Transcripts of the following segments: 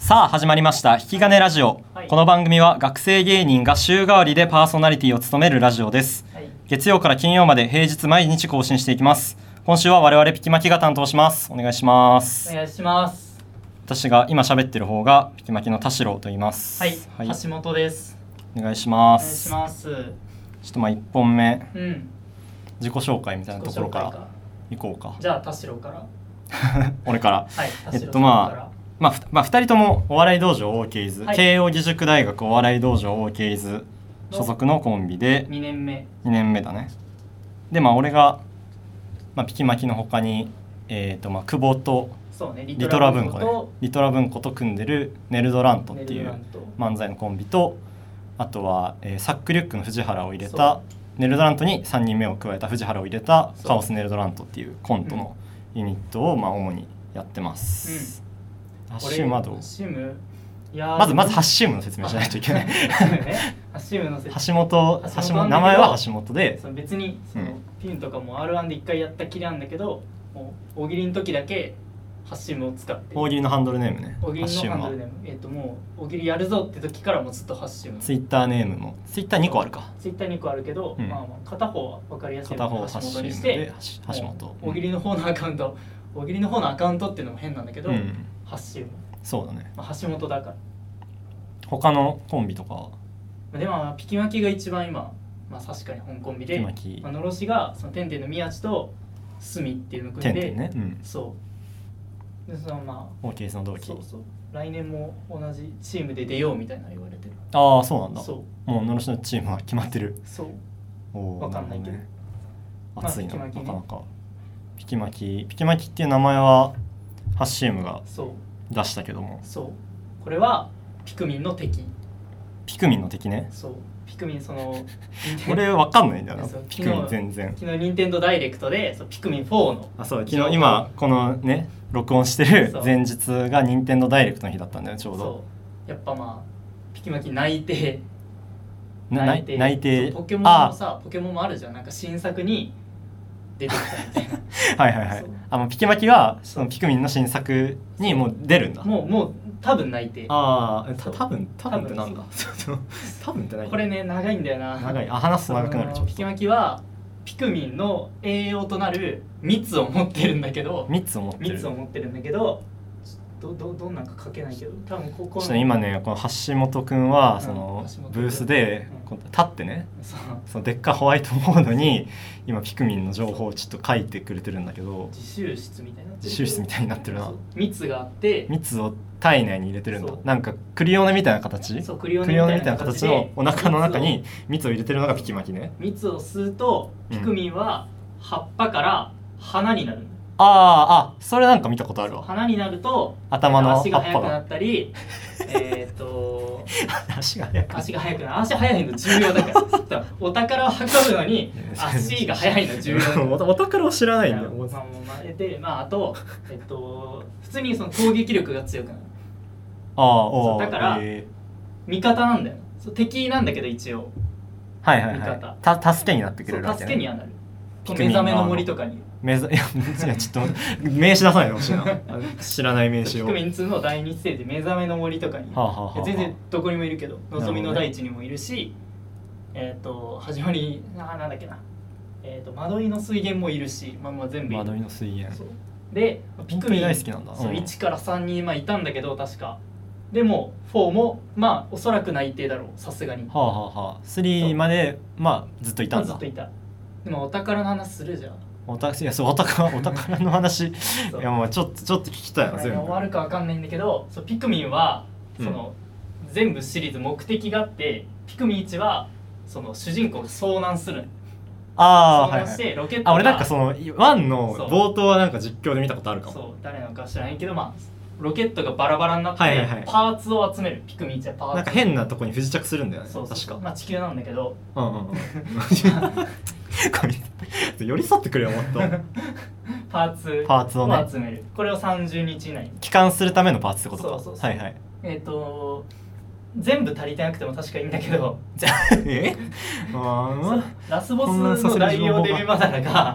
さあ始まりました引き金ラジオ、 はい、 この番組は学生芸人が週替わりでパーソナリティを務めるラジオです、 はい、 月曜から金曜まで平日毎日更新していきます。今週は我々ピキマキが担当します。お願いします。 お願いします。 私が今喋ってる方がピキマキの田代と言います。 はい、はい、橋本です。 お願いします。 お願いします。 ちょっと1本目、自己紹介みたいなところから行こうか。 じゃあ田代から俺からはい、田代 2人ともお笑い道場 OK ズ、 はい、 慶應義塾大学お笑い道場 OK ズ所属のコンビで 2年目だね。で俺が、ピキマキの他に、久保とリトラ文庫ね、リトラ文庫と組んでるネルドラントっていう漫才のコンビと、あとは、サックリュックの藤原を入れたネルドラントに3人目を加えた藤原を入れたカオスネルドラントっていうコントのユニットを、主にやってます。ハッシュマドまずハッシュムの説明しないといけないハッシュムの説明。橋本名前は橋本で、 別にピンとかも R1 で1回やったきりなんだけど、大喜利の時だけハッシュムを使って、 大喜利のハンドルネームね。 大喜利のハンドルネーム、もう大喜利やるぞって時からもずっとハッシュム。 ツイッターネームもツイッター2個あるか。 ツイッター2個あるけど、片方は分かりやすい片方橋本にして、 橋本。 大喜利の方のアカウント、大喜利の方のアカウントっていうのも変なんだけど、ハッシュム。 そうだね。 橋本だから。 他のコンビとかでもピキマキが一番今、確かに本コンビで、のろしがそのてんてんの宮地とスミっていうのを組んで、 てんてんね、 そうでその OK の同期、 そう来年も同じチームで出ようみたいな言われてる。 ああそうなんだ。 そうもうのろしのチームは決まってる。 そう分かんないけど、 熱いな、なかなかピキマキっていう名前はハッシームが出したけども、 そうこれはピクミンの敵。 ピクミンの敵ね。 そうピクミン俺分かんないんだよな。ピクミン全然。 昨日任天堂ダイレクトでピクミン4のそう昨日今このね録音してる前日が任天堂ダイレクトの日だったんだよちょうど。 そうやっぱピキマキ内定ポケモンもポケモンもあるじゃん、なんか新作に出てきたみたいなはいピキマキはそのピクミンの新作にもう出るんだ。 もう多分内定。 多分ってなんだ多分って何。 これね長いんだよな。 長い。話すと長くなる。 ピキマキはピクミンの栄養となる蜜を持ってるんだけど、蜜を持ってるんだけど、どんなんか書けないけど、多分ここ今ねこの橋本くんはそのブースで立ってね、そのでっかいホワイトボードに今ピクミンの情報をちょっと書いてくれてるんだけど、 自習室みたいになってるな。蜜があって蜜を体内に入れてるんだ。なんかクリオネみたいな形、クリオネみたいな形のお腹の中に蜜を入れてるのがピキマキね。 蜜を吸うとピクミンは葉っぱから花になる。 それなんか見たことあるわ。 花になると頭の足が速くなったり足が速くなる。足速いの重要だからお宝を運ぶのに足が速いの重要だからお宝を知らないんだよ。 であと普通にその攻撃力が強くなる。だから味方なんだよ。敵なんだけど一応味方助けになってくれるわけね。 助けにはなる。目覚めの森とかにいやちょっと名刺出さないでほしいな知らない名刺を。 ピクミン2の第2ステージ目覚めの森とかに全然どこにもいるけど、望みの大地にもいるし、始まりなんだっけな、惑いの水源もいるし、全部いる。 惑いの水源でピクミン大好きなんだ。 1から3にいたんだけど確か。でも4もおそらく内定だろう、さすがに。 3までずっといたんだ。 ずっといた。でもお宝の話するじゃん。 お宝の話いやもうちょっと聞きたいな。全部終わるか分かんないんだけど、ピクミンは全部シリーズ目的があって、ピクミン1はその主人公が遭難する。遭難してロケットが俺なんかその1の冒頭はなんか実況で見たことあるかも。 そう誰なのか知らないけどロケットがバラバラになってパーツを集める。ピクミン1はパーツなんか変なとこに不時着するんだよね。確か地球なんだけど寄り添ってくれよもっとパーツをね集める。これを30日以内に帰還するためのパーツってことか。 全部足りてなくても確かいいんだけどラスボスの大王デビマダラが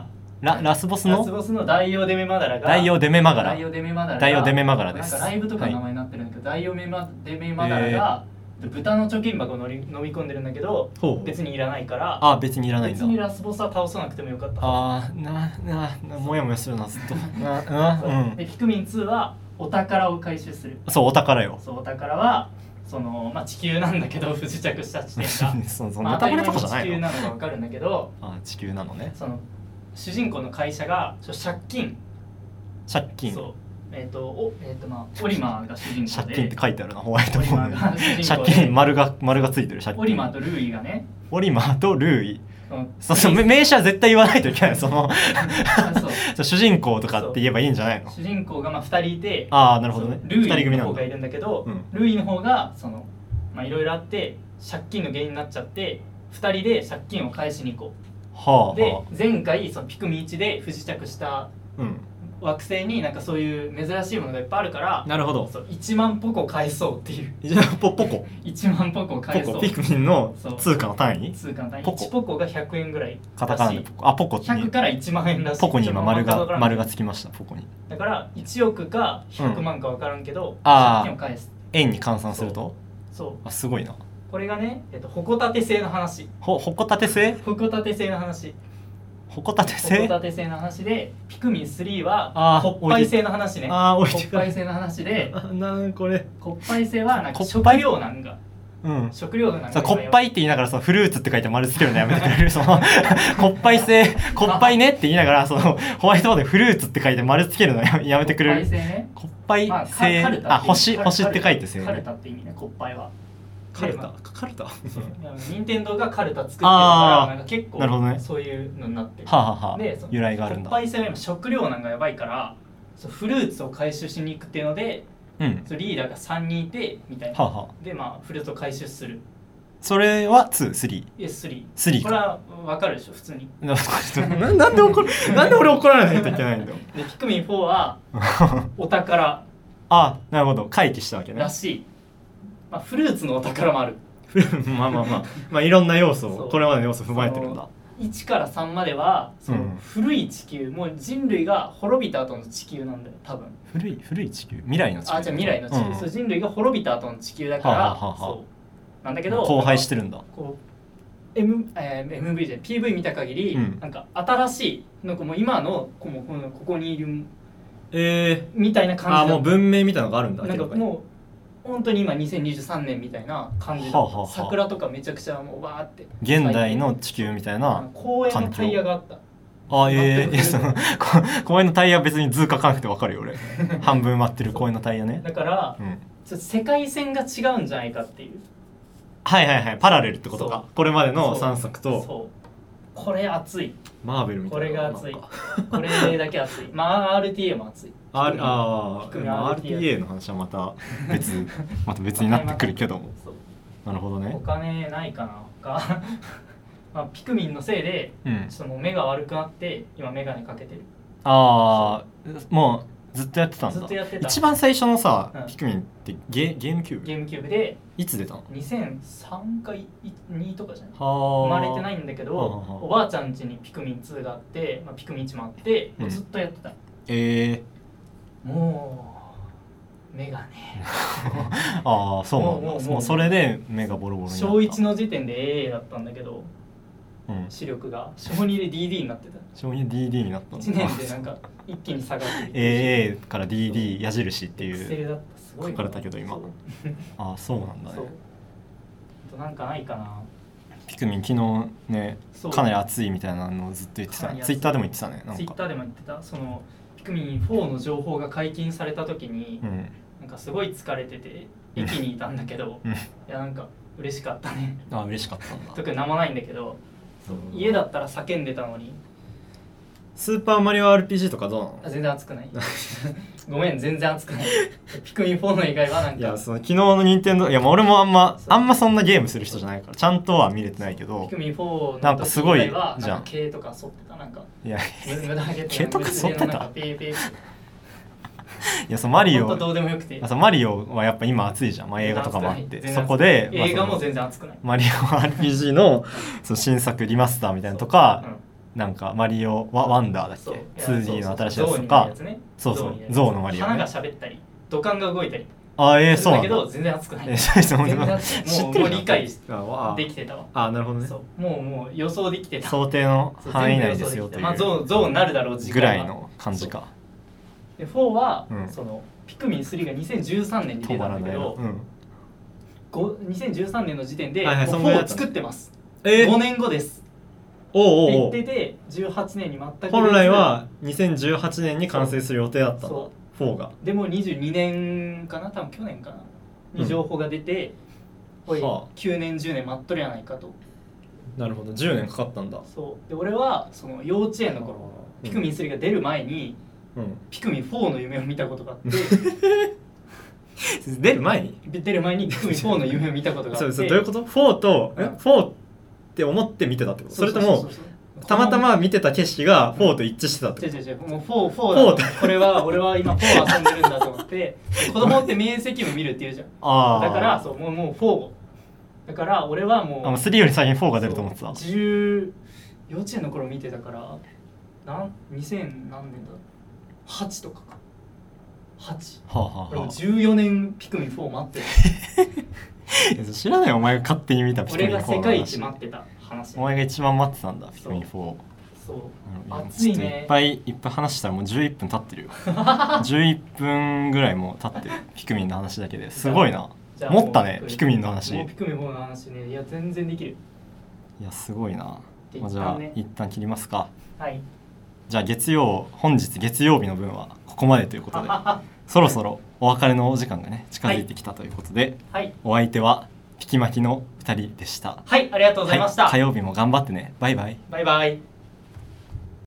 ラスボスのダイオデメマダラがダイオデメマガラです。 なんかライブとかの名前になってるんだけど、ダイオデメマダラが豚の貯金箱を飲み込んでるんだけど、別にいらないから。 別にいらないんだ。 別にラスボスは倒さなくてもよかった。 もやもやするなずっと。 でピクミン2はお宝を回収する。 そう、お宝よ。 そう、お宝はその地球なんだけど、不時着した地点がそうネタバレとかじゃないの。 地球なのが分かるんだけど、 地球なのね。 その主人公の会社が借金。そう。オリマーが主人公で。 借金って書いてあるな、ホワイトボードに。借金丸がついてる。借金。 オリマーとルーイがね。 オリマーとルーイ。名詞は絶対言わないといけない。主人公とかって言えばいいんじゃないの。 主人公が2人いて、 なるほどね。 ルーイの方がいるんだけど、ルーイの方がいろいろあって借金の原因になっちゃって、2人で借金を返しに行こう。で前回ピクミン1で不時着した惑星になんかそういう珍しいものがいっぱいあるから、 なるほど。 1万ポコ返そうっていう。1万ポコ返そう。 ピクミンの通貨の単位 1ポコが100円ぐらい。 カタカナでポコ。 100から1万円らしい。 ポコに今丸がつきました。ポコに。 だから1億か100万か分からんけど、借金を返す。 円に換算すると。 そうすごいな。 これがね、ホコタテ製の話。 ホコタテ製ホコタテ製の話。 ホコタテ製の話で、ピクミン3はコッパイ製の話ね。コッパイ製の話で、 これコッパイ製はなんか食料難が。食料難が。 コッパイって言いながらフルーツって書いて丸つけるのやめてくれる。コッパイ製、コッパイねって言いながらホワイトボードでフルーツって書いて丸つけるのやめてくれる。コッパイ製、星って書いて製。 カルタって意味ね、コッパイは。 カルタ任天堂がカルタ作ってるからなんか結構そういうのになってる。 で由来があるんだ。 コッパイ製は今食料難がやばいからフルーツを回収しに行くっていうので、リーダーが3人いてみたいな。でフルーツを回収する。 それは 2?3?3 これは分かるでしょ普通に。 なんで俺怒らないといけないんだよ。 でピクミン4はお宝。 なるほど、回帰したわけね。 らしい。フルーツのお宝もある。 いろんな要素、これまでの要素踏まえてるんだ。 1から3までは古い地球、もう人類が滅びた後の地球なんだよ多分。 古い地球、未来の地球。 じゃあ未来の地球、人類が滅びた後の地球だからそうなんだけど、 荒廃してるんだ。 MV で PV 見た限り、なんか新しいなんかもう今のここにいるみたいな感じ。 もう文明みたいなのがあるんだ。 なんかもう本当に今2023年みたいな感じだった。桜とかめちゃくちゃもうわーって現代の地球みたいな公園のタイヤがあった。 公園のタイヤ別に図書かなくて分かるよ俺。半分埋まってる公園のタイヤね。 だから、世界線が違うんじゃないかっていう。 パラレルってことか。これまでの3作と。 これ熱い。 マーベルみたいな。 これが熱い。これだけ熱い。RTA も熱い。 RTA の話はまた別になってくるけども。なるほどね。 お金ないかな。ピクミンのせいでちょっともう目が悪くなって今メガネかけてる。 もうずっとやってたんだ。 ずっとやってた。 一番最初のさピクミンってゲームキューブでいつ出たの ？2003か2とかじゃない？生まれてないんだけど、おばあちゃん家にピクミン2があって、ピクミン1もあってずっとやってた。もう目がね。 そうなんだ。もうそれで目がボロボロになった。 小1の時点で AA だったんだけど、視力が小2で DD になってた。 小2で DD になったんだ。 1年でなんか一気に下がって AA から DD 矢印っていう書かれたけど今。そうなんだね。 なんかないかな。 ピクミン昨日ねかなり熱いみたいなのをずっと言ってた。ツイッターでも言ってたね。 ツイッターでも言ってた。ピクミン4の情報が解禁された時に、なんかすごい疲れてて駅にいたんだけど、いやなんか嬉しかったね。 嬉しかったんだ。 特に何もないんだけど、家だったら叫んでたのに。 スーパーマリオ RPG とかどうなの？ 全然熱くない。ごめん、全然熱くない。ピクミン4の以外はなんか。 いや、昨日の任天堂、俺もあんまそんなゲームする人じゃないからちゃんとは見れてないけど。 ピクミン4のなんかすごいじゃん。 毛とか剃ってたなんか。 いや、 無駄毛とか剃ってた。いやマリオどうでもよくて。 マリオはやっぱ今熱いじゃん。映画とかもあって、そこで映画も全然熱くない。 マリオ RPG の新作リマスターみたいなのとかなんかマリオワンダーだっけ 2D の新しいやつとか、そうそうゾウのマリオ、ね、 花が喋ったり土管が動いたりそうなんだけど全然熱くない。もう理解できてたわ。 なるほどね。 もう予想できてた。 想定の範囲内ですよという。 ゾウになるだろうぐらいの感じか。 で4は、そのピクミン3が2013年に出たんだけど、2013年の時点で4を作ってます。5年後です。言ってて18年に全く本来は2018年に完成する予定だったの。4がでも22年かな、多分去年かなに情報が出て、9年10年待っとるやないかと。 なるほど、10年かかったんだ。 そうで俺はその幼稚園の頃、ピクミン3が出る前に、ピクミン4の夢を見たことがあって出る前にピクミン4の夢を見たことがあってそうどういうこと？ 4 と4って思って見てたってこと？それともたまたま見てた景色が4と一致してたってこと？ 違うもう4だ。これは俺は今4遊んでるんだと思って子供って面積夢見るって言うじゃん。だからそうもう4だから俺はもう 3より先に4が出ると思ってた。 幼稚園の頃見てたから2000何年だ8とかか8、俺も14年ピクミン4待ってる知らないお前が勝手に見たピクミン4の話。 俺が世界一待ってた話。 お前が一番待ってたんだピクミン4。 そう熱いね。 いっぱい話したらもう11分経ってるよ11分ぐらいもう経ってるピクミンの話だけですごいな。持ったねピクミンの話。 もうピクミン4の話ね、いや全然できる。 いやすごいな。じゃあ一旦切りますか。 はい。 じゃあ本日月曜日の分はここまでということでそろそろお別れのお時間がね近づいてきたということで、お相手はピキマキの2人でした。 はい、ありがとうございました。 火曜日も頑張ってね。バイバイ。 バイバイ。